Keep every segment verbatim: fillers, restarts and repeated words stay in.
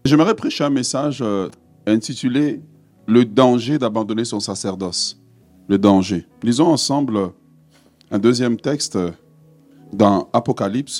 J'aimerais prêcher un message euh, intitulé « Le danger d'abandonner son sacerdoce ». Le danger. Lisons ensemble un deuxième texte dans Apocalypse,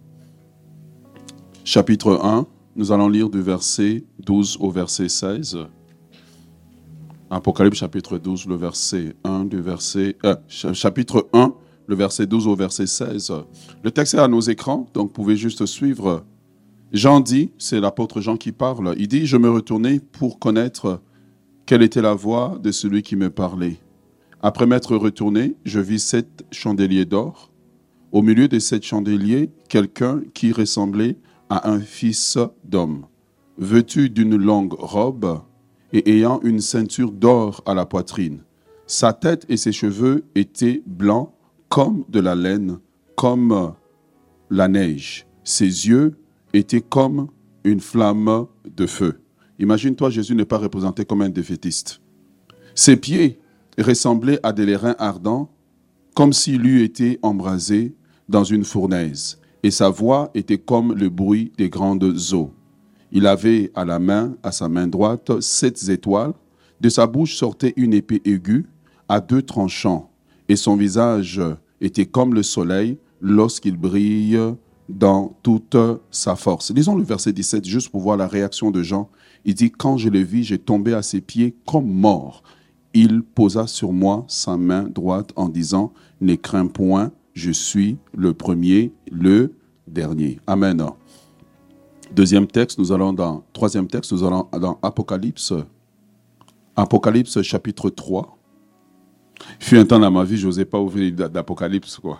chapitre un. Nous allons lire du verset douze au verset seize. Apocalypse, chapitre douze, le verset un, du verset... Euh, chapitre un, le verset douze au verset seize. Le texte est à nos écrans, donc vous pouvez juste suivre. Jean dit, c'est l'apôtre Jean qui parle, il dit « Je me retournai pour connaître quelle était la voix de celui qui me parlait. Après m'être retourné, je vis sept chandeliers d'or. Au milieu de sept chandeliers, quelqu'un qui ressemblait à un fils d'homme, vêtu d'une longue robe et ayant une ceinture d'or à la poitrine. Sa tête et ses cheveux étaient blancs comme de la laine, comme la neige. Ses yeux étaient comme une flamme de feu. » Imagine-toi, Jésus n'est pas représenté comme un défaitiste. Ses pieds ressemblaient à des airains ardents, comme s'il eût été embrasé dans une fournaise, et sa voix était comme le bruit des grandes eaux. Il avait à la main, à sa main droite, sept étoiles. De sa bouche sortait une épée aiguë à deux tranchants, et son visage était comme le soleil lorsqu'il brille dans toute sa force. Lisons le verset dix-sept, juste pour voir la réaction de Jean. Il dit, « Quand je le vis, j'ai tombé à ses pieds comme mort. Il posa sur moi sa main droite en disant, « Ne crains point, je suis le premier, le dernier. » Amen. Deuxième texte, nous allons dans, troisième texte, nous allons dans Apocalypse. Apocalypse chapitre trois. Il fut un temps dans ma vie, je n'osais pas ouvrir d'Apocalypse, quoi.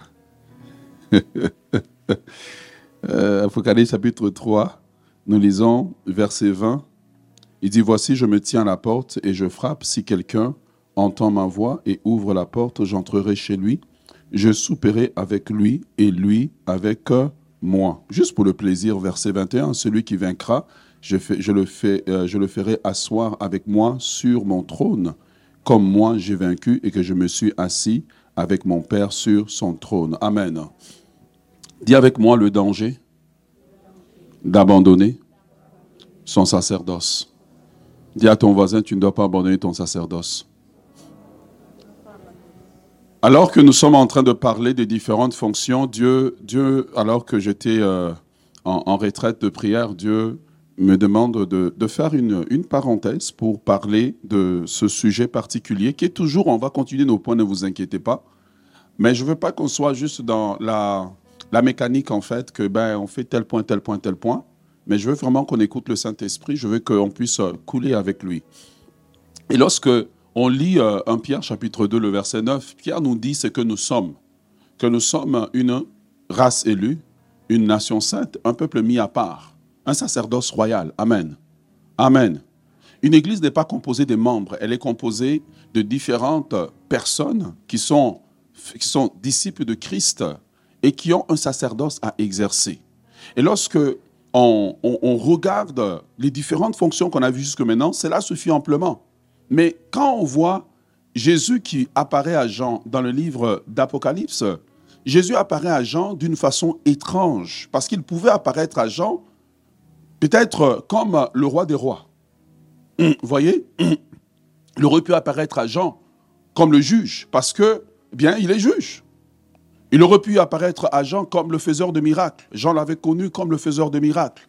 euh, Apocalypse chapitre trois, nous lisons verset vingt. Il dit, « Voici, je me tiens à la porte et je frappe. Si quelqu'un entend ma voix et ouvre la porte, j'entrerai chez lui. Je souperai avec lui et lui avec moi. » Juste pour le plaisir, verset vingt et un. « Celui qui vaincra, je, fais, je, le fais, euh, je le ferai asseoir avec moi sur mon trône, comme moi j'ai vaincu et que je me suis assis avec mon Père sur son trône. » Amen. Dis avec moi le danger d'abandonner son sacerdoce. Dis à ton voisin, tu ne dois pas abandonner ton sacerdoce. Alors que nous sommes en train de parler des différentes fonctions, Dieu, Dieu alors que j'étais euh, en, en retraite de prière, Dieu me demande de, de faire une, une parenthèse pour parler de ce sujet particulier qui est toujours, on va continuer nos points, ne vous inquiétez pas. Mais je ne veux pas qu'on soit juste dans la, la mécanique, en fait, que ben, on fait tel point, tel point, tel point. Mais je veux vraiment qu'on écoute le Saint-Esprit. Je veux qu'on puisse couler avec lui. Et lorsque on lit euh, un Pierre, chapitre deux, le verset neuf, Pierre nous dit ce que nous sommes. Que nous sommes une race élue, une nation sainte, un peuple mis à part, un sacerdoce royal. Amen. Amen. Une église n'est pas composée des membres. Elle est composée de différentes personnes qui sont, qui sont disciples de Christ et qui ont un sacerdoce à exercer. Et lorsque On, on, on regarde les différentes fonctions qu'on a vues jusque maintenant, cela suffit amplement. Mais quand on voit Jésus qui apparaît à Jean dans le livre d'Apocalypse, Jésus apparaît à Jean d'une façon étrange, parce qu'il pouvait apparaître à Jean peut-être comme le roi des rois. Vous voyez, il aurait pu apparaître à Jean comme le juge, parce que, eh bien, il est juge. Il aurait pu apparaître à Jean comme le faiseur de miracles. Jean l'avait connu comme le faiseur de miracles.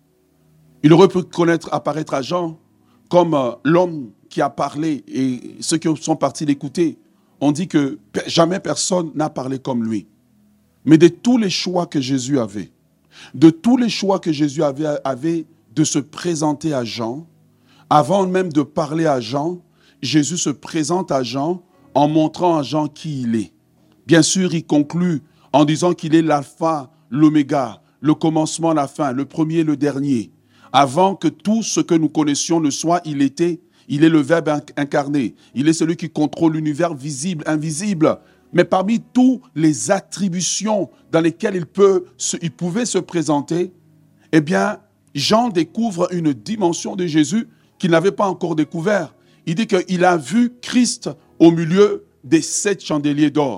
Il aurait pu connaître, apparaître à Jean comme euh, l'homme qui a parlé, et ceux qui sont partis l'écouter ont dit que jamais personne n'a parlé comme lui. Mais de tous les choix que Jésus avait, de tous les choix que Jésus avait, avait de se présenter à Jean, avant même de parler à Jean, Jésus se présente à Jean en montrant à Jean qui il est. Bien sûr, il conclut en disant qu'il est l'alpha, l'oméga, le commencement, la fin, le premier, le dernier. Avant que tout ce que nous connaissions ne soit, il était, il est le Verbe incarné. Il est celui qui contrôle l'univers visible, invisible. Mais parmi toutes les attributions dans lesquelles il, peut, il pouvait se présenter, eh bien, Jean découvre une dimension de Jésus qu'il n'avait pas encore découvert. Il dit qu'il a vu Christ au milieu des sept chandeliers d'or.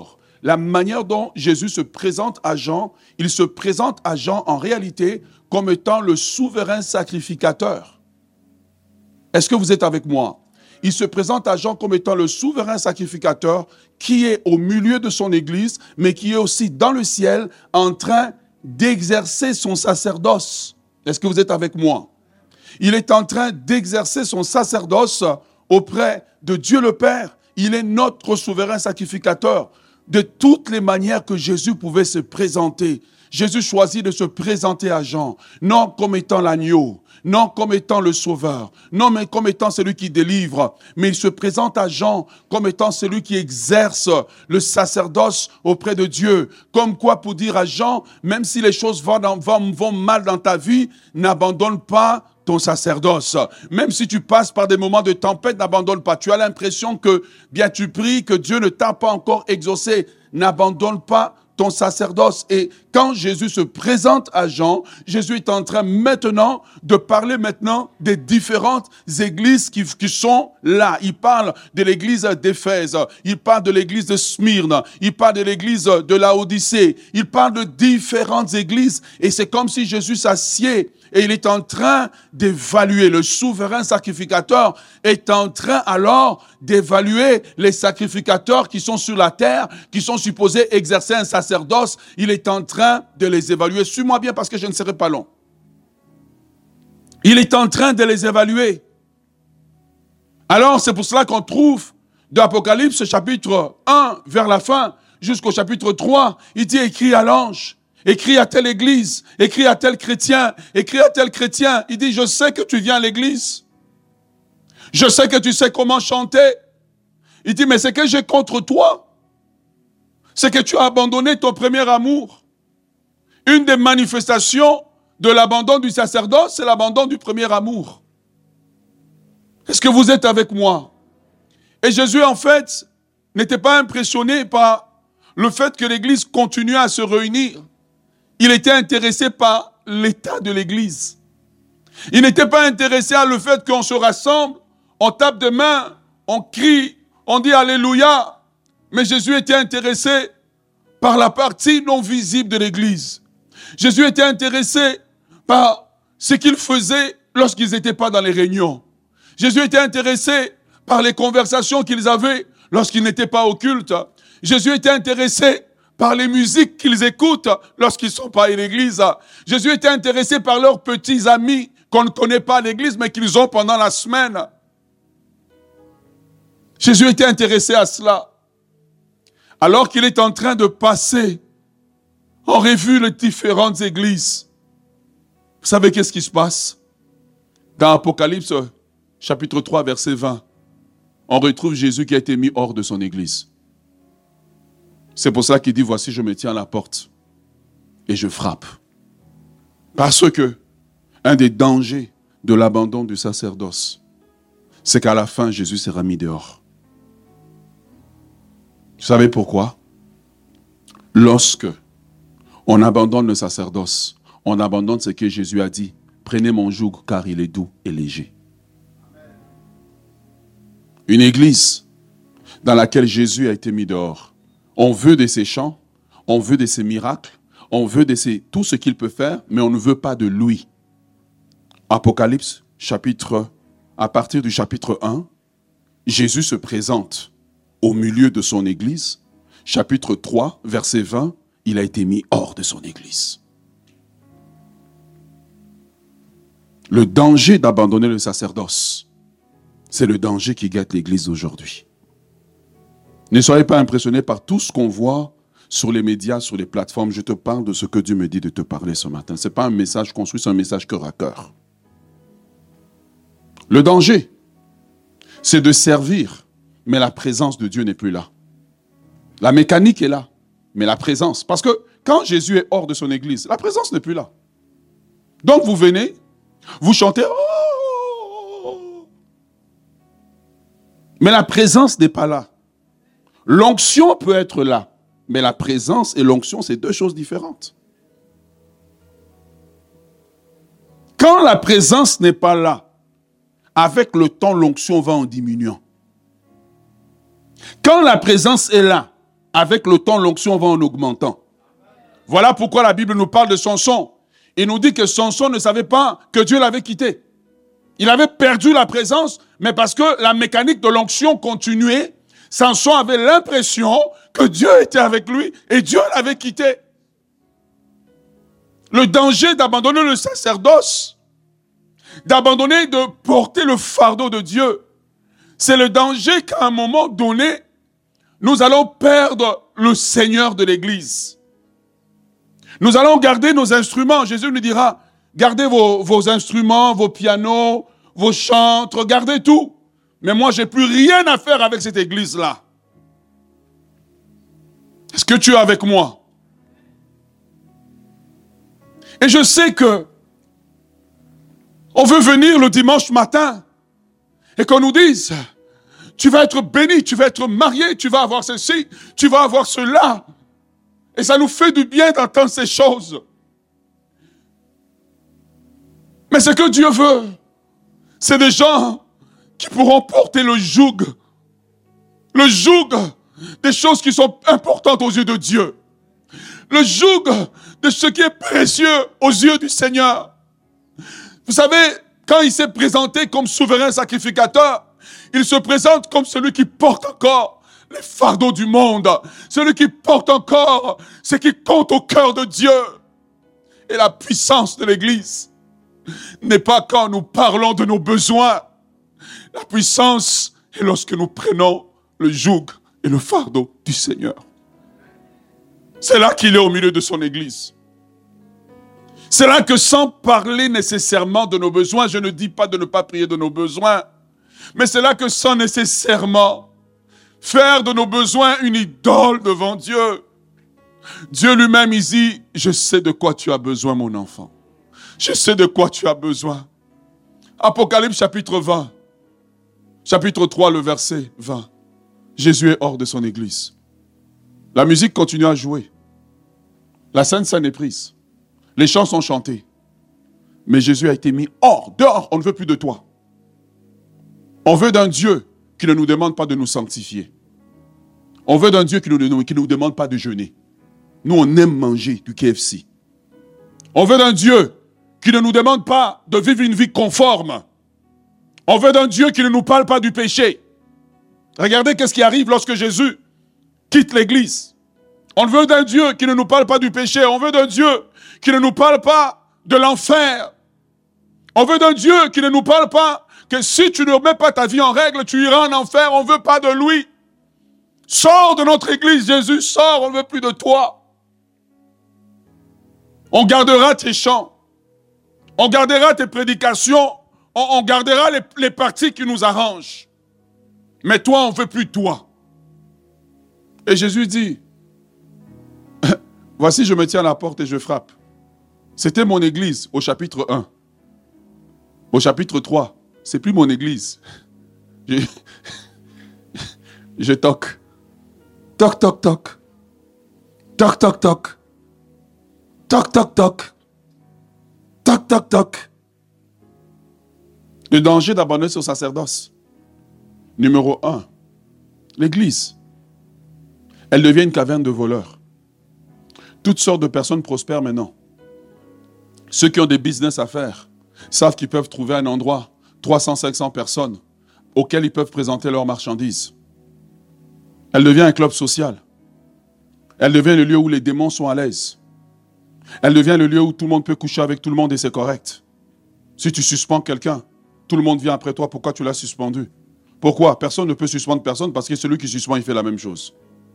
la manière dont Jésus se présente à Jean, il se présente à Jean en réalité comme étant le souverain sacrificateur. Est-ce que vous êtes avec moi? Il se présente à Jean comme étant le souverain sacrificateur qui est au milieu de son église, mais qui est aussi dans le ciel en train d'exercer son sacerdoce. Est-ce que vous êtes avec moi? Il est en train d'exercer son sacerdoce auprès de Dieu le Père. Il est notre souverain sacrificateur. De toutes les manières que Jésus pouvait se présenter, Jésus choisit de se présenter à Jean, non comme étant l'agneau, non comme étant le sauveur, non mais comme étant celui qui délivre, mais il se présente à Jean comme étant celui qui exerce le sacerdoce auprès de Dieu. Comme quoi pour dire à Jean, même si les choses vont, dans, vont, vont mal dans ta vie, n'abandonne pas ton sacerdoce. Même si tu passes par des moments de tempête, n'abandonne pas. Tu as l'impression que bien tu pries, que Dieu ne t'a pas encore exaucé, n'abandonne pas ton sacerdoce. Et quand Jésus se présente à Jean, Jésus est en train maintenant de parler maintenant des différentes églises qui, qui sont là. Il parle de l'église d'Éphèse, il parle de l'église de Smyrne, il parle de l'église de Laodicée, il parle de différentes églises. Et c'est comme si Jésus s'assied et il est en train d'évaluer. Le souverain sacrificateur est en train alors d'évaluer les sacrificateurs qui sont sur la terre, qui sont supposés exercer un sacerdoce. Il est en train de les évaluer. Suis-moi bien parce que je ne serai pas long. Il est en train de les évaluer. Alors c'est pour cela qu'on trouve de l'Apocalypse chapitre un vers la fin jusqu'au chapitre trois, il dit écrit à l'ange. Écris à telle église, écris à tel chrétien, écris à tel chrétien. Il dit, je sais que tu viens à l'église. Je sais que tu sais comment chanter. Il dit, mais ce que j'ai contre toi, c'est que tu as abandonné ton premier amour. Une des manifestations de l'abandon du sacerdoce, c'est l'abandon du premier amour. Est-ce que vous êtes avec moi? Et Jésus, en fait, n'était pas impressionné par le fait que l'église continuait à se réunir. Il était intéressé par l'état de l'église. Il n'était pas intéressé à le fait qu'on se rassemble, on tape des mains, on crie, on dit Alléluia. Mais Jésus était intéressé par la partie non visible de l'église. Jésus était intéressé par ce qu'ils faisaient lorsqu'ils n'étaient pas dans les réunions. Jésus était intéressé par les conversations qu'ils avaient lorsqu'ils n'étaient pas au culte. Jésus était intéressé par les musiques qu'ils écoutent lorsqu'ils ne sont pas à l'église. Jésus était intéressé par leurs petits amis qu'on ne connaît pas à l'église, mais qu'ils ont pendant la semaine. Jésus était intéressé à cela. Alors qu'il est en train de passer en revue les différentes églises. Vous savez qu'est-ce qui se passe? Dans Apocalypse, chapitre trois, verset vingt, on retrouve Jésus qui a été mis hors de son église. C'est pour ça qu'il dit, voici, je me tiens à la porte et je frappe. Parce que un des dangers de l'abandon du sacerdoce, c'est qu'à la fin, Jésus sera mis dehors. Vous savez pourquoi? Lorsque on abandonne le sacerdoce, on abandonne ce que Jésus a dit. Prenez mon joug car il est doux et léger. Une église dans laquelle Jésus a été mis dehors. On veut de ses chants, on veut de ses miracles, on veut de ses, tout ce qu'il peut faire, mais on ne veut pas de lui. Apocalypse, chapitre, à partir du chapitre un, Jésus se présente au milieu de son église. Chapitre trois, verset vingt, il a été mis hors de son église. Le danger d'abandonner le sacerdoce, c'est le danger qui guette l'église aujourd'hui. Ne soyez pas impressionnés par tout ce qu'on voit sur les médias, sur les plateformes. Je te parle de ce que Dieu me dit de te parler ce matin. Ce n'est pas un message construit, c'est un message cœur à cœur. Le danger, c'est de servir, mais la présence de Dieu n'est plus là. La mécanique est là, mais la présence. Parce que quand Jésus est hors de son église, la présence n'est plus là. Donc vous venez, vous chantez, oh, mais la présence n'est pas là. L'onction peut être là, mais la présence et l'onction, c'est deux choses différentes. Quand la présence n'est pas là, avec le temps, l'onction va en diminuant. Quand la présence est là, avec le temps, l'onction va en augmentant. Voilà pourquoi la Bible nous parle de Samson. Il nous dit que Samson ne savait pas que Dieu l'avait quitté. Il avait perdu la présence, mais parce que la mécanique de l'onction continuait, Samson avait l'impression que Dieu était avec lui et Dieu l'avait quitté. Le danger d'abandonner le sacerdoce, d'abandonner de porter le fardeau de Dieu, c'est le danger qu'à un moment donné, nous allons perdre le Seigneur de l'Église. Nous allons garder nos instruments. Jésus nous dira, gardez vos, vos instruments, vos pianos, vos chantres, gardez tout. Mais moi, j'ai plus rien à faire avec cette Église-là. Est-ce que tu es avec moi? Et je sais que on veut venir le dimanche matin et qu'on nous dise, tu vas être béni, tu vas être marié, tu vas avoir ceci, tu vas avoir cela. Et ça nous fait du bien d'entendre ces choses. Mais ce que Dieu veut, c'est des gens qui pourront porter le joug. Le joug des choses qui sont importantes aux yeux de Dieu. Le joug de ce qui est précieux aux yeux du Seigneur. Vous savez, quand il s'est présenté comme souverain sacrificateur, il se présente comme celui qui porte encore les fardeaux du monde. Celui qui porte encore ce qui compte au cœur de Dieu. Et la puissance de l'Église n'est pas quand nous parlons de nos besoins. La puissance est lorsque nous prenons le joug et le fardeau du Seigneur. C'est là qu'il est au milieu de son Église. C'est là que sans parler nécessairement de nos besoins, je ne dis pas de ne pas prier de nos besoins, mais c'est là que sans nécessairement faire de nos besoins une idole devant Dieu. Dieu lui-même, il dit, je sais de quoi tu as besoin, mon enfant. Je sais de quoi tu as besoin. Apocalypse chapitre vingt, chapitre trois, le verset vingt. Jésus est hors de son église. La musique continue à jouer. La Sainte Seine est prise. Les chants sont chantés. Mais Jésus a été mis hors, dehors, on ne veut plus de toi. On veut d'un Dieu qui ne nous demande pas de nous sanctifier. On veut d'un Dieu qui ne nous, qui nous demande pas de jeûner. Nous, on aime manger du K F C. On veut d'un Dieu qui ne nous demande pas de vivre une vie conforme. On veut d'un Dieu qui ne nous parle pas du péché. Regardez qu'est-ce qui arrive lorsque Jésus quitte l'église. On veut d'un Dieu qui ne nous parle pas du péché. On veut d'un Dieu qui ne nous parle pas de l'enfer. On veut d'un Dieu qui ne nous parle pas que si tu ne remets pas ta vie en règle, tu iras en enfer. On ne veut pas de lui. Sors de notre église, Jésus, sors, on ne veut plus de toi. On gardera tes chants. On gardera tes prédications. On, on gardera les, les parties qui nous arrangent. Mais toi, on ne veut plus de toi. Et Jésus dit, voici, je me tiens à la porte et je frappe. C'était mon église au chapitre un. Au chapitre trois, c'est plus mon église. Je, je toque. Toc, toc, toc. Toc, toc, toc. Toc, toc, toc. Toc, toc, toc. Le danger d'abandonner son sacerdoce. Numéro un, l'église. Elle devient une caverne de voleurs. Toutes sortes de personnes prospèrent maintenant. Ceux qui ont des business à faire savent qu'ils peuvent trouver un endroit, trois cents, cinq cents personnes, auxquelles ils peuvent présenter leurs marchandises. Elle devient un club social. Elle devient le lieu où les démons sont à l'aise. Elle devient le lieu où tout le monde peut coucher avec tout le monde et c'est correct. Si tu suspends quelqu'un, tout le monde vient après toi, pourquoi tu l'as suspendu? Pourquoi? Personne ne peut suspendre personne parce que celui qui suspend, il fait la même chose.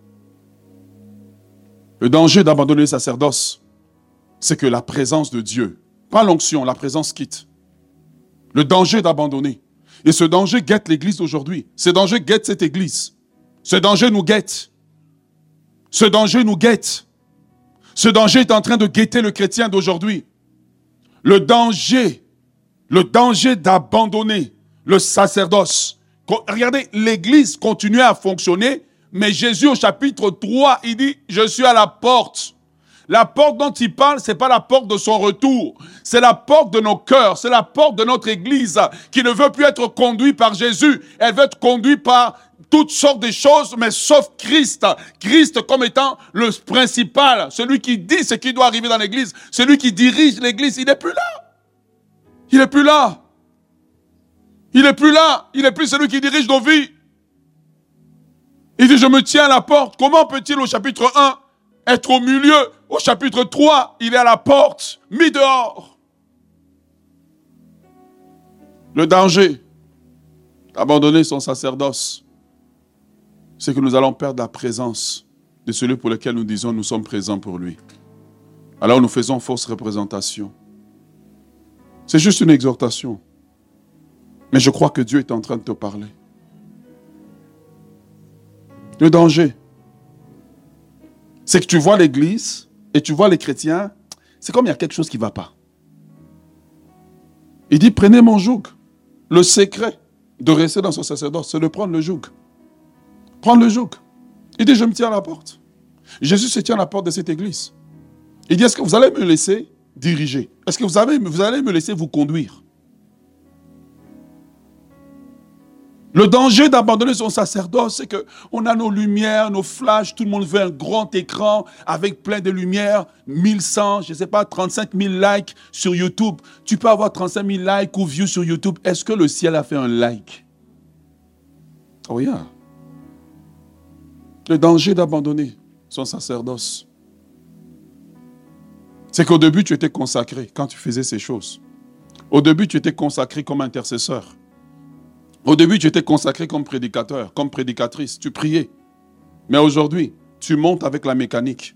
Le danger d'abandonner le sacerdoce, c'est que la présence de Dieu, pas l'onction, la présence quitte. Le danger d'abandonner. Et ce danger guette l'église d'aujourd'hui. Ce danger guette cette église. Ce danger nous guette. Ce danger nous guette. Ce danger est en train de guetter le chrétien d'aujourd'hui. Le danger, le danger d'abandonner le sacerdoce. Regardez, l'église continuait à fonctionner, mais Jésus au chapitre trois, il dit, je suis à la porte. La porte dont il parle, ce n'est pas la porte de son retour. C'est la porte de nos cœurs. C'est la porte de notre Église qui ne veut plus être conduite par Jésus. Elle veut être conduite par toutes sortes de choses, mais sauf Christ. Christ comme étant le principal, celui qui dit ce qui doit arriver dans l'Église, celui qui dirige l'Église. Il n'est plus là. Il n'est plus là. Il n'est plus là. Il n'est plus celui qui dirige nos vies. Il dit, je me tiens à la porte. Comment peut-il au chapitre un être au milieu? Au chapitre trois, il est à la porte, mis dehors. Le danger d'abandonner son sacerdoce, c'est que nous allons perdre la présence de celui pour lequel nous disons nous sommes présents pour lui. Alors nous faisons fausse représentation. C'est juste une exhortation. Mais je crois que Dieu est en train de te parler. Le danger, c'est que tu vois l'Église et tu vois les chrétiens, c'est comme il y a quelque chose qui ne va pas. Il dit, prenez mon joug. Le secret de rester dans son sacerdoce, c'est de prendre le joug. Prendre le joug. Il dit, je me tiens à la porte. Jésus se tient à la porte de cette Église. Il dit, est-ce que vous allez me laisser diriger? Est-ce que vous, avez, vous allez me laisser vous conduire? Le danger d'abandonner son sacerdoce, c'est qu'on a nos lumières, nos flashs, tout le monde veut un grand écran avec plein de lumières, mille cent, je ne sais pas, trente-cinq mille likes sur YouTube. Tu peux avoir trente-cinq mille likes ou views sur YouTube. Est-ce que le ciel a fait un like? Oh yeah. Le danger d'abandonner son sacerdoce, c'est qu'au début, tu étais consacré quand tu faisais ces choses. Au début, tu étais consacré comme intercesseur. Au début, tu étais consacré comme prédicateur, comme prédicatrice. Tu priais. Mais aujourd'hui, tu montes avec la mécanique.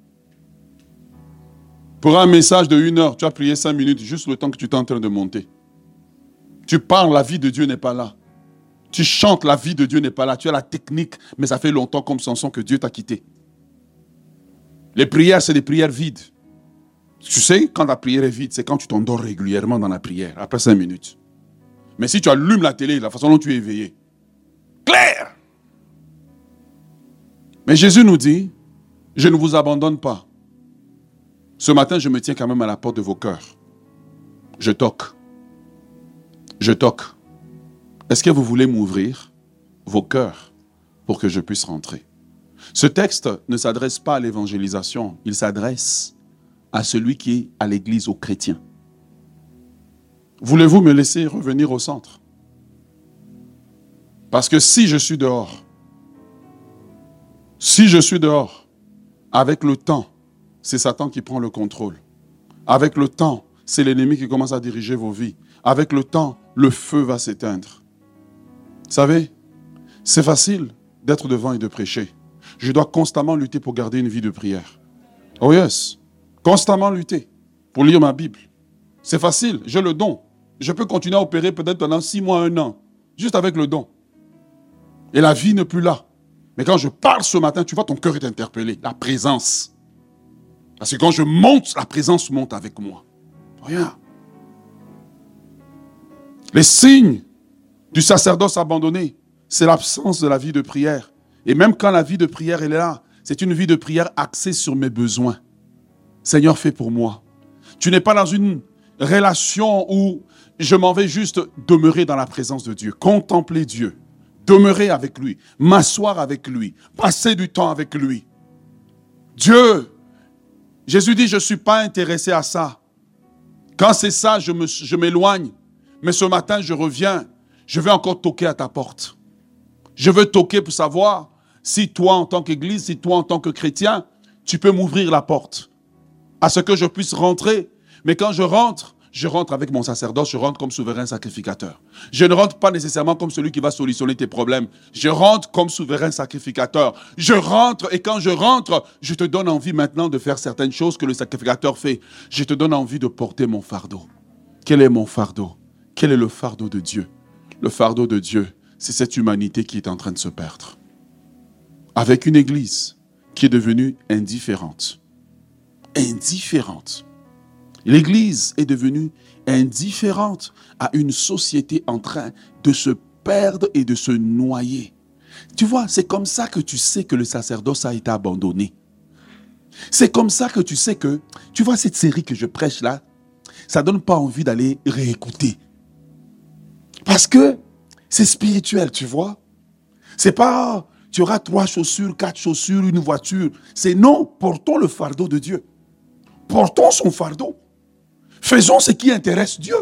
Pour un message de une heure, tu as prié cinq minutes, juste le temps que tu es en train de monter. Tu parles, la vie de Dieu n'est pas là. Tu chantes, la vie de Dieu n'est pas là. Tu as la technique, mais ça fait longtemps comme Samson que Dieu t'a quitté. Les prières, c'est des prières vides. Tu sais, quand la prière est vide, c'est quand tu t'endors régulièrement dans la prière, après cinq minutes. Mais si tu allumes la télé, la façon dont tu es éveillé, clair. Mais Jésus nous dit, je ne vous abandonne pas. Ce matin, je me tiens quand même à la porte de vos cœurs. Je toque. Je toque. Est-ce que vous voulez m'ouvrir vos cœurs pour que je puisse rentrer? Ce texte ne s'adresse pas à l'évangélisation, il s'adresse à celui qui est à l'église, aux chrétiens. Voulez-vous me laisser revenir au centre? Parce que si je suis dehors, si je suis dehors, avec le temps, c'est Satan qui prend le contrôle. Avec le temps, c'est l'ennemi qui commence à diriger vos vies. Avec le temps, le feu va s'éteindre. Vous savez, c'est facile d'être devant et de prêcher. Je dois constamment lutter pour garder une vie de prière. Oh yes, constamment lutter pour lire ma Bible. C'est facile, j'ai le don. Je peux continuer à opérer peut-être pendant six mois, un an, juste avec le don. Et la vie n'est plus là. Mais quand je parle ce matin, tu vois, ton cœur est interpellé. La présence. Parce que quand je monte, la présence monte avec moi. Regarde. Les signes du sacerdoce abandonné, c'est l'absence de la vie de prière. Et même quand la vie de prière elle est là, c'est une vie de prière axée sur mes besoins. Seigneur, fais pour moi. Tu n'es pas dans une relation où je m'en vais juste demeurer dans la présence de Dieu, contempler Dieu, demeurer avec lui, m'asseoir avec lui, passer du temps avec lui. Dieu, Jésus dit, je ne suis pas intéressé à ça. Quand c'est ça, je, me, je m'éloigne. Mais ce matin, je reviens. Je vais encore toquer à ta porte. Je veux toquer pour savoir si toi, en tant qu'Église, si toi, en tant que chrétien, tu peux m'ouvrir la porte à ce que je puisse rentrer. Mais quand je rentre, je rentre avec mon sacerdoce, je rentre comme souverain sacrificateur. Je ne rentre pas nécessairement comme celui qui va solutionner tes problèmes. Je rentre comme souverain sacrificateur. Je rentre et quand je rentre, je te donne envie maintenant de faire certaines choses que le sacrificateur fait. Je te donne envie de porter mon fardeau. Quel est mon fardeau? Quel est le fardeau de Dieu? Le fardeau de Dieu, c'est cette humanité qui est en train de se perdre. Avec une église qui est devenue indifférente. Indifférente. L'église est devenue indifférente à une société en train de se perdre et de se noyer. Tu vois, c'est comme ça que tu sais que le sacerdoce a été abandonné. C'est comme ça que tu sais que, tu vois cette série que je prêche là, ça ne donne pas envie d'aller réécouter. Parce que c'est spirituel, tu vois. C'est pas, tu auras trois chaussures, quatre chaussures, une voiture. C'est non, portons le fardeau de Dieu. Portons son fardeau. Faisons ce qui intéresse Dieu.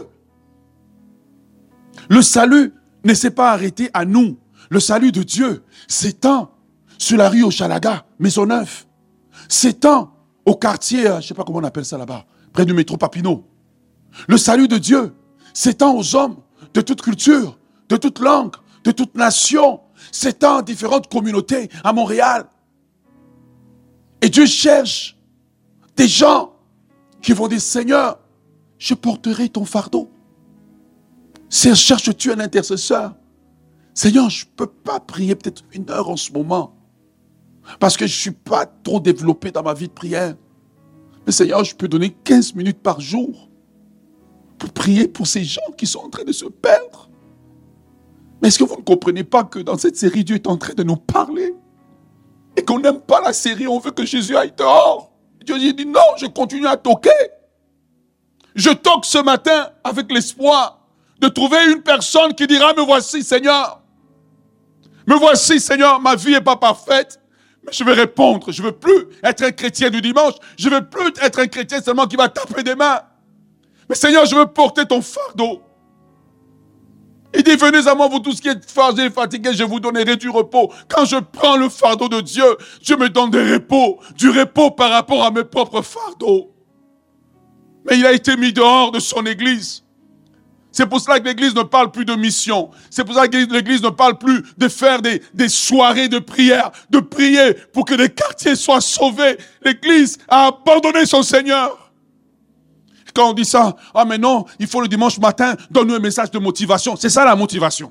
Le salut ne s'est pas arrêté à nous. Le salut de Dieu s'étend sur la rue Hochelaga, Maisonneuve. S'étend au quartier, je ne sais pas comment on appelle ça là-bas, près du métro Papineau. Le salut de Dieu s'étend aux hommes de toute culture, de toute langue, de toute nation. S'étend à différentes communautés à Montréal. Et Dieu cherche des gens qui vont dire, Seigneur, je porterai ton fardeau. Cherches-tu un intercesseur? Seigneur, je ne peux pas prier peut-être une heure en ce moment. Parce que je ne suis pas trop développé dans ma vie de prière. Mais Seigneur, je peux donner quinze minutes par jour pour prier pour ces gens qui sont en train de se perdre. Mais est-ce que vous ne comprenez pas que dans cette série, Dieu est en train de nous parler? Et qu'on n'aime pas la série, on veut que Jésus aille dehors. Dieu dit non, je continue à toquer. Je toque ce matin avec l'espoir de trouver une personne qui dira, me voici Seigneur. Me voici Seigneur, ma vie n'est pas parfaite. Mais je vais répondre, je ne veux plus être un chrétien du dimanche. Je ne veux plus être un chrétien seulement qui va taper des mains. Mais Seigneur, je veux porter ton fardeau. Il dit, venez à moi, vous tous qui êtes chargés et fatigués, je vous donnerai du repos. Quand je prends le fardeau de Dieu, je me donne des repos, du repos par rapport à mes propres fardeaux. Mais il a été mis dehors de son église. C'est pour cela que l'église ne parle plus de mission. C'est pour ça que l'église ne parle plus de faire des, des soirées de prière, de prier pour que des quartiers soient sauvés. L'église a abandonné son Seigneur. Quand on dit ça, ah mais non, il faut le dimanche matin donner un message de motivation. C'est ça la motivation.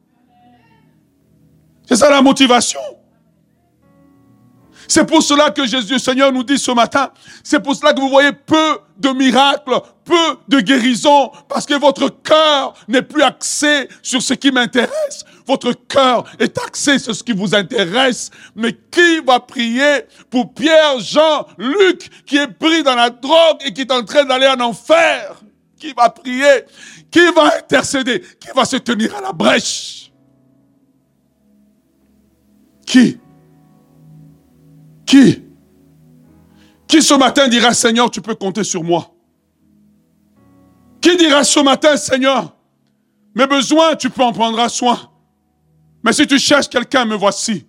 C'est ça la motivation. C'est pour cela que Jésus, le Seigneur, nous dit ce matin, c'est pour cela que vous voyez peu de miracles, peu de guérisons, parce que votre cœur n'est plus axé sur ce qui m'intéresse. Votre cœur est axé sur ce qui vous intéresse. Mais qui va prier pour Pierre, Jean, Luc, qui est pris dans la drogue et qui est en train d'aller en enfer? Qui va prier? Qui va intercéder? Qui va se tenir à la brèche? Qui? Qui? Qui ce matin dira, Seigneur, tu peux compter sur moi? Qui dira ce matin, Seigneur, mes besoins, tu peux en prendre soin? Mais si tu cherches quelqu'un, me voici.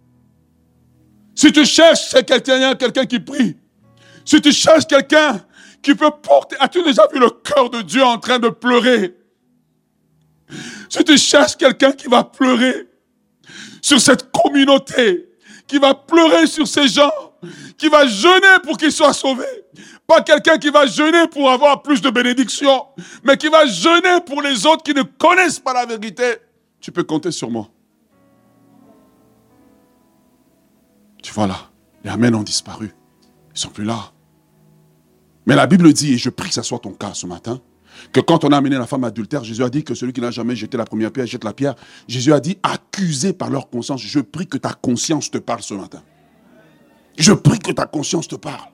Si tu cherches quelqu'un, quelqu'un qui prie. Si tu cherches quelqu'un qui peut porter... As-tu déjà vu le cœur de Dieu en train de pleurer? Si tu cherches quelqu'un qui va pleurer sur cette communauté, qui va pleurer sur ces gens, qui va jeûner pour qu'ils soient sauvés. Pas quelqu'un qui va jeûner pour avoir plus de bénédictions, mais qui va jeûner pour les autres qui ne connaissent pas la vérité. Tu peux compter sur moi. Tu vois là, les Amen ont disparu. Ils ne sont plus là. Mais la Bible dit, et je prie que ce soit ton cas ce matin, que quand on a amené la femme adultère, Jésus a dit que celui qui n'a jamais jeté la première pierre, jette la pierre. Jésus a dit, accusé par leur conscience, je prie que ta conscience te parle ce matin. Je prie que ta conscience te parle.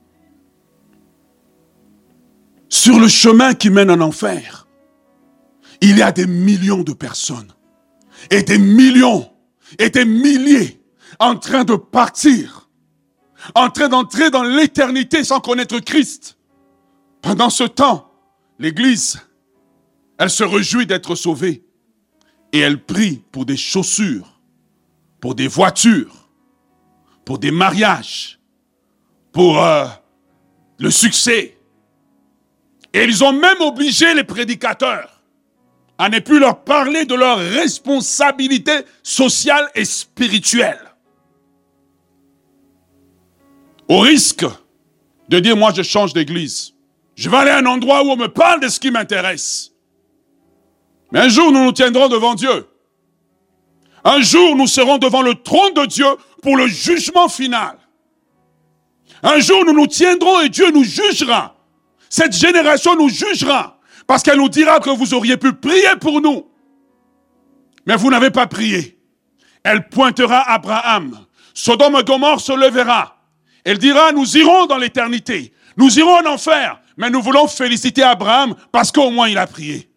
Sur le chemin qui mène en enfer, il y a des millions de personnes, et des millions, et des milliers, en train de partir, en train d'entrer dans l'éternité sans connaître Christ. Pendant ce temps, l'Église, elle se réjouit d'être sauvée et elle prie pour des chaussures, pour des voitures, pour des mariages, pour euh, le succès. Et ils ont même obligé les prédicateurs à ne plus leur parler de leur responsabilité sociale et spirituelle. Au risque de dire, moi je change d'église. Je vais aller à un endroit où on me parle de ce qui m'intéresse. Mais un jour, nous nous tiendrons devant Dieu. Un jour, nous serons devant le trône de Dieu pour le jugement final. Un jour, nous nous tiendrons et Dieu nous jugera. Cette génération nous jugera parce qu'elle nous dira que vous auriez pu prier pour nous. Mais vous n'avez pas prié. Elle pointera Abraham. Sodome et Gomorrhe se lèvera. Elle dira, nous irons dans l'éternité. Nous irons en enfer. Mais nous voulons féliciter Abraham parce qu'au moins il a prié.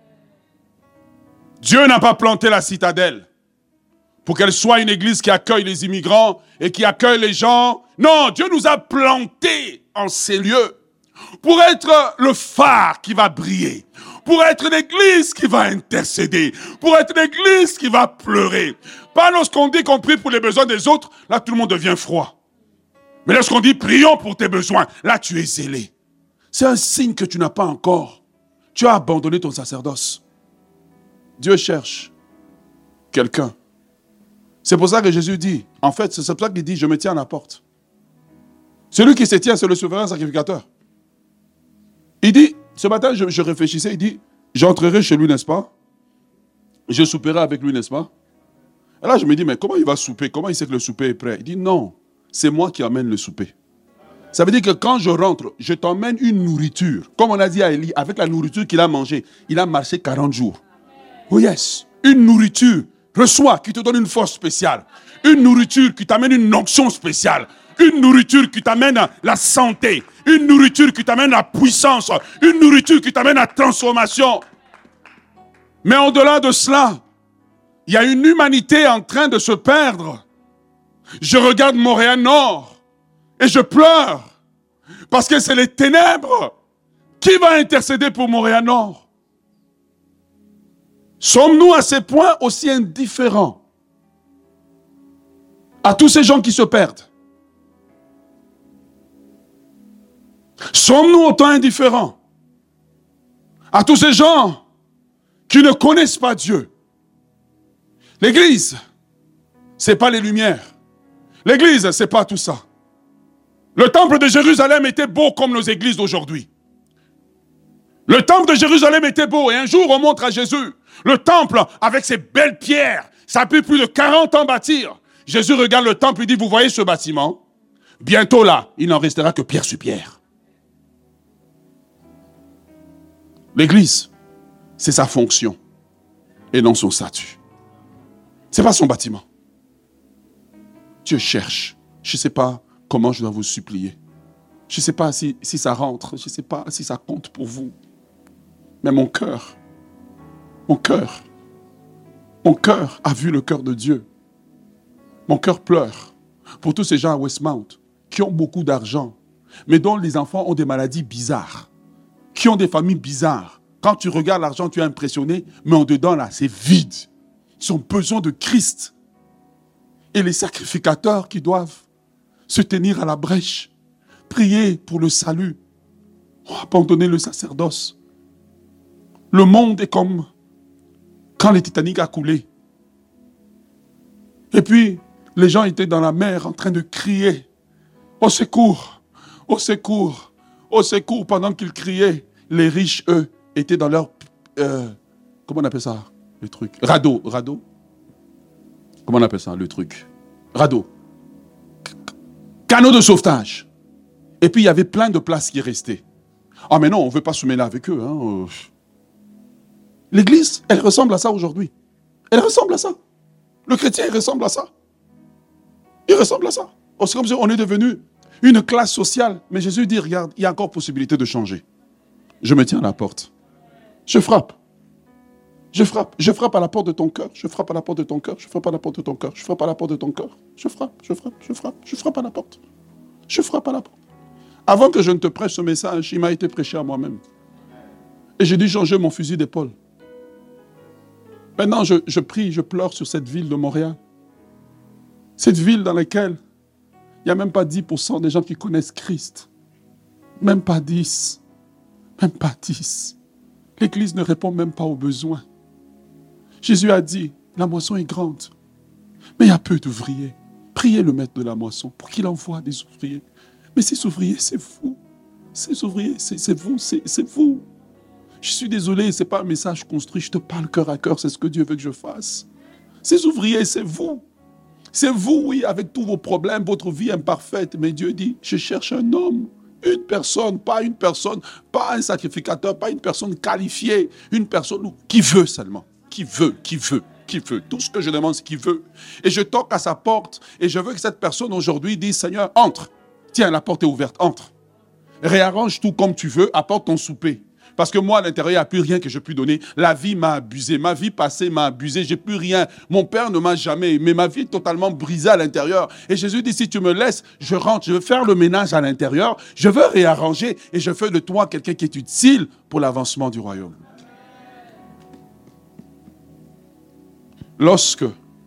Dieu n'a pas planté la citadelle pour qu'elle soit une église qui accueille les immigrants et qui accueille les gens. Non, Dieu nous a plantés en ces lieux pour être le phare qui va briller, pour être l'église qui va intercéder, pour être l'église qui va pleurer. Pas lorsqu'on dit qu'on prie pour les besoins des autres, là tout le monde devient froid. Mais lorsqu'on dit prions pour tes besoins, là tu es zélé. C'est un signe que tu n'as pas encore. Tu as abandonné ton sacerdoce. Dieu cherche quelqu'un. C'est pour ça que Jésus dit, en fait, c'est pour ça qu'il dit, je me tiens à la porte. Celui qui se tient, c'est le souverain sacrificateur. Il dit, ce matin, je, je réfléchissais, il dit, j'entrerai chez lui, n'est-ce pas? Je souperai avec lui, n'est-ce pas? Et là, je me dis, mais comment il va souper? Comment il sait que le souper est prêt? Il dit, non, c'est moi qui amène le souper. Ça veut dire que quand je rentre, je t'emmène une nourriture. Comme on a dit à Élie, avec la nourriture qu'il a mangée, il a marché quarante jours. Oh yes, une nourriture. Reçois, qui te donne une force spéciale. Une nourriture qui t'amène une onction spéciale. Une nourriture qui t'amène la santé. Une nourriture qui t'amène la puissance. Une nourriture qui t'amène la transformation. Mais au-delà de cela, il y a une humanité en train de se perdre. Je regarde Montréal-Nord et je pleure. Parce que c'est les ténèbres. Qui va intercéder pour Montréal-Nord? Sommes-nous à ces points aussi indifférents à tous ces gens qui se perdent? Sommes-nous autant indifférents à tous ces gens qui ne connaissent pas Dieu? L'église, ce n'est pas les lumières. L'église, ce n'est pas tout ça. Le temple de Jérusalem était beau comme nos églises d'aujourd'hui. Le temple de Jérusalem était beau et un jour on montre à Jésus le temple avec ses belles pierres. Ça a pris plus de quarante ans bâtir. Jésus regarde le temple et dit, vous voyez ce bâtiment? Bientôt là, il n'en restera que pierre sur pierre. L'église, c'est sa fonction et non son statut. Ce n'est pas son bâtiment. Dieu cherche. Je ne sais pas comment je dois vous supplier. Je ne sais pas si, si ça rentre. Je ne sais pas si ça compte pour vous. Mais mon cœur, mon cœur, mon cœur a vu le cœur de Dieu. Mon cœur pleure pour tous ces gens à Westmount qui ont beaucoup d'argent, mais dont les enfants ont des maladies bizarres, qui ont des familles bizarres. Quand tu regardes l'argent, tu es impressionné, mais en dedans, là, c'est vide. Ils ont besoin de Christ. Et les sacrificateurs qui doivent se tenir à la brèche, prier pour le salut, ont abandonné le sacerdoce. Le monde est comme quand le Titanic a coulé. Et puis, les gens étaient dans la mer en train de crier « Au secours! Au secours! Au secours !» Pendant qu'ils criaient, les riches, eux, étaient dans leur... Euh, comment on appelle ça, le truc? Radeau. Radeau? Comment on appelle ça, le truc? Radeau. Canot de sauvetage. Et puis, il y avait plein de places qui restaient. Ah, mais non, on ne veut pas se mêler avec eux. Hein. L'église, elle ressemble à ça aujourd'hui. Elle ressemble à ça. Le chrétien, il ressemble à ça. Il ressemble à ça. C'est comme si on est devenu une classe sociale. Mais Jésus dit, regarde, il y a encore possibilité de changer. Je me tiens à la porte. Je frappe. Je frappe. Je frappe à la porte de ton cœur. Je frappe à la porte de ton cœur. Je frappe à la porte de ton cœur. Je frappe à la porte de ton cœur. Je frappe, je frappe, je frappe. Je frappe à la porte. Je frappe à la porte. Avant que je ne te prêche ce message, il m'a été prêché à moi-même. Et j'ai dû changer mon fusil d'épaule. Maintenant, je, je prie, je pleure sur cette ville de Montréal. Cette ville dans laquelle il n'y a même pas dix pour cent des gens qui connaissent Christ. Même pas dix. Même pas dix. L'Église ne répond même pas aux besoins. Jésus a dit, la moisson est grande, mais il y a peu d'ouvriers. Priez le maître de la moisson pour qu'il envoie des ouvriers. Mais ces ouvriers, c'est vous. Ces ouvriers, c'est vous, c'est vous. Je suis désolé, ce n'est pas un message construit, je te parle cœur à cœur, c'est ce que Dieu veut que je fasse. Ces ouvriers, c'est vous. C'est vous, oui, avec tous vos problèmes, votre vie imparfaite. Mais Dieu dit, je cherche un homme, une personne, pas une personne, pas un sacrificateur, pas une personne qualifiée, une personne qui veut seulement, qui veut, qui veut, qui veut. Tout ce que je demande, c'est qui veut. Et je toque à sa porte et je veux que cette personne aujourd'hui dise, Seigneur, entre. Tiens, la porte est ouverte, entre. Réarrange tout comme tu veux, apporte ton souper. Parce que moi, à l'intérieur, il n'y a plus rien que je puis donner. La vie m'a abusé. Ma vie passée m'a abusé. Je n'ai plus rien. Mon père ne m'a jamais aimé. Ma vie est totalement brisée à l'intérieur. Et Jésus dit, si tu me laisses, je rentre. Je veux faire le ménage à l'intérieur. Je veux réarranger. Et je fais de toi quelqu'un qui est utile pour l'avancement du royaume. Lorsque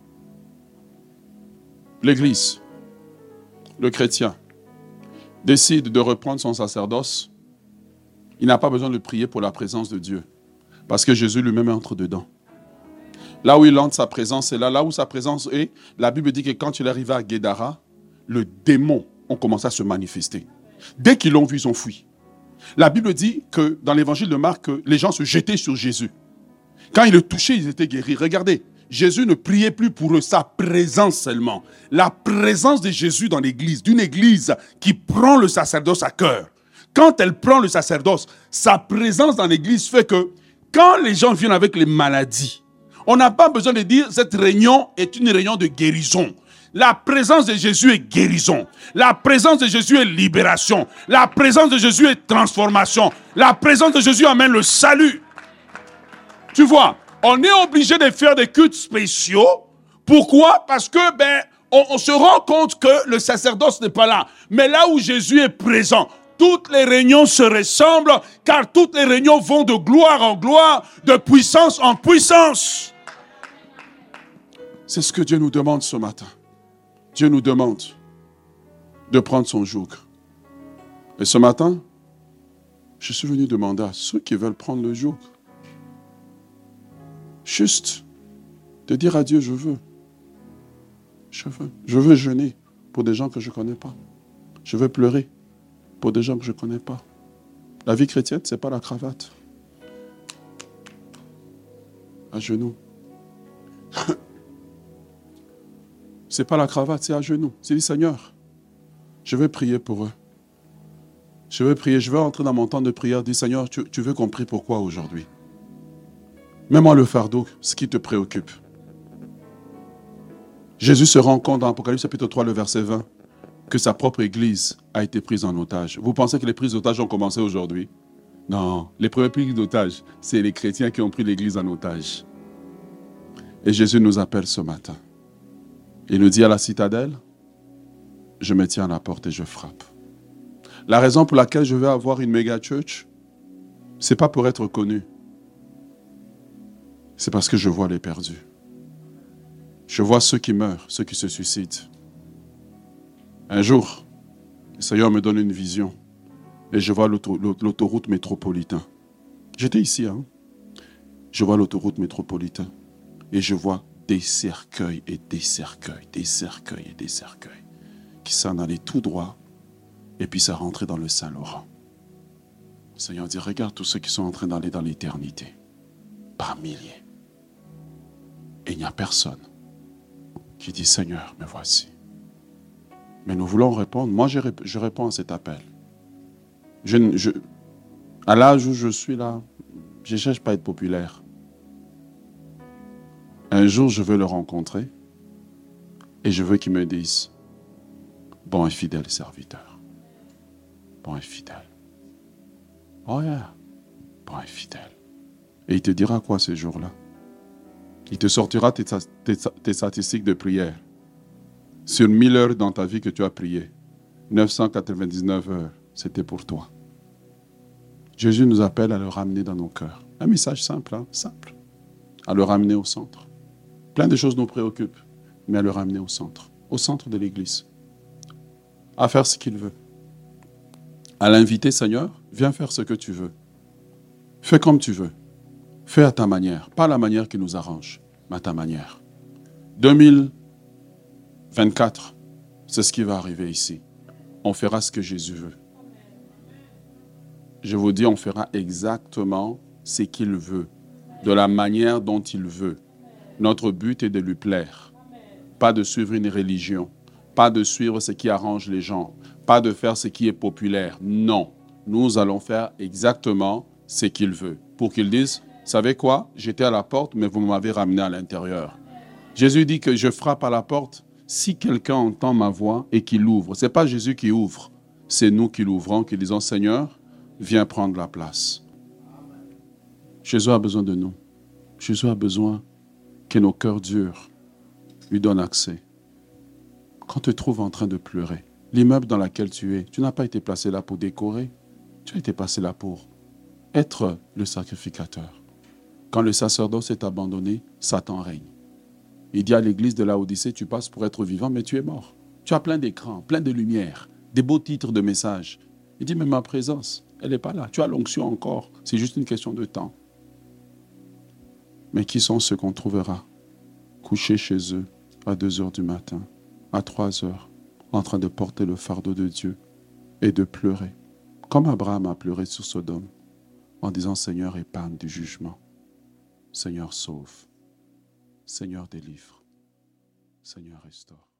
l'Église, le chrétien, décide de reprendre son sacerdoce, il n'a pas besoin de prier pour la présence de Dieu. Parce que Jésus lui-même entre dedans. Là où il entre, sa présence est là. Là où sa présence est, la Bible dit que quand il est arrivé à Guédara, le démon ont commencé à se manifester. Dès qu'ils l'ont vu, ils ont fui. La Bible dit que dans l'évangile de Marc, les gens se jetaient sur Jésus. Quand ils le touchaient, ils étaient guéris. Regardez, Jésus ne priait plus pour eux, sa présence seulement. La présence de Jésus dans l'église, d'une église qui prend le sacerdoce à cœur. Quand elle prend le sacerdoce, sa présence dans l'église fait que quand les gens viennent avec les maladies, on n'a pas besoin de dire cette réunion est une réunion de guérison. La présence de Jésus est guérison. La présence de Jésus est libération. La présence de Jésus est transformation. La présence de Jésus amène le salut. Tu vois, on est obligé de faire des cultes spéciaux. Pourquoi? Parce que ben, on, on se rend compte que le sacerdoce n'est pas là. Mais là où Jésus est présent, toutes les réunions se ressemblent, car toutes les réunions vont de gloire en gloire, de puissance en puissance. C'est ce que Dieu nous demande ce matin. Dieu nous demande de prendre son joug. Et ce matin, je suis venu demander à ceux qui veulent prendre le joug, juste de dire à Dieu, je veux. Je veux. Je veux jeûner pour des gens que je ne connais pas. Je veux pleurer pour des gens que je ne connais pas. La vie chrétienne, ce n'est pas la cravate. À genoux. Ce n'est pas la cravate, c'est à genoux. C'est dit, Seigneur, je vais prier pour eux. Je vais prier, je vais entrer dans mon temps de prière. Dis, Seigneur, tu, tu veux qu'on prie pourquoi aujourd'hui? Mets-moi le fardeau, ce qui te préoccupe. Jésus se rend compte dans Apocalypse chapitre trois, le verset vingt, que sa propre église a été prise en otage. Vous pensez que les prises d'otages ont commencé aujourd'hui? Non, les premières prises d'otages, c'est les chrétiens qui ont pris l'église en otage. Et Jésus nous appelle ce matin. Il nous dit à la citadelle, je me tiens à la porte et je frappe. La raison pour laquelle je veux avoir une méga church, ce n'est pas pour être connu. C'est parce que je vois les perdus. Je vois ceux qui meurent, ceux qui se suicident. Un jour, le Seigneur me donne une vision et je vois l'auto, l'autoroute métropolitaine. J'étais ici, hein. Je vois l'autoroute métropolitaine et je vois des cercueils et des cercueils, des cercueils et des cercueils qui s'en allaient tout droit et puis ça rentrait dans le Saint-Laurent. Le Seigneur dit, regarde tous ceux qui sont en train d'aller dans l'éternité, par milliers. Et il n'y a personne qui dit, Seigneur, me voici. Mais nous voulons répondre. Moi, je, je réponds à cet appel. Je, je, à l'âge où je suis là, je ne cherche pas à être populaire. Un jour, je veux le rencontrer et je veux qu'il me dise, bon et fidèle serviteur. Bon et fidèle. Oh yeah. Bon et fidèle. Et il te dira quoi ce jour-là? Il te sortira tes, tes, tes statistiques de prière. Sur mille heures dans ta vie que tu as prié, neuf cent quatre-vingt-dix-neuf heures, c'était pour toi. Jésus nous appelle à le ramener dans nos cœurs. Un message simple, hein? Simple. À le ramener au centre. Plein de choses nous préoccupent, mais à le ramener au centre. Au centre de l'Église. À faire ce qu'il veut. À l'inviter, Seigneur, viens faire ce que tu veux. Fais comme tu veux. Fais à ta manière. Pas à la manière qui nous arrange, mais à ta manière. deux mille vingt-quatre, c'est ce qui va arriver ici. On fera ce que Jésus veut. Je vous dis, on fera exactement ce qu'il veut, de la manière dont il veut. Notre but est de lui plaire. Pas de suivre une religion, pas de suivre ce qui arrange les gens, pas de faire ce qui est populaire. Non, nous allons faire exactement ce qu'il veut. Pour qu'il dise, vous savez quoi? J'étais à la porte, mais vous m'avez ramené à l'intérieur. Jésus dit que je frappe à la porte. Si quelqu'un entend ma voix et qu'il ouvre, ce n'est pas Jésus qui ouvre, c'est nous qui l'ouvrons, qui disons, Seigneur, viens prendre la place. Jésus a besoin de nous. Jésus a besoin que nos cœurs durs lui donnent accès. Quand tu te trouves en train de pleurer, l'immeuble dans lequel tu es, tu n'as pas été placé là pour décorer. Tu as été placé là pour être le sacrificateur. Quand le sacerdoce est abandonné, Satan règne. Il dit à l'église de Laodicée, tu passes pour être vivant, mais tu es mort. Tu as plein d'écrans, plein de lumière, des beaux titres de messages. Il dit, mais ma présence, elle n'est pas là. Tu as l'onction encore. C'est juste une question de temps. Mais qui sont ceux qu'on trouvera couchés chez eux à deux heures du matin, à trois heures, en train de porter le fardeau de Dieu et de pleurer, comme Abraham a pleuré sur Sodome, en disant, Seigneur, épargne du jugement. Seigneur, sauve. Seigneur, délivre. Seigneur, restaure.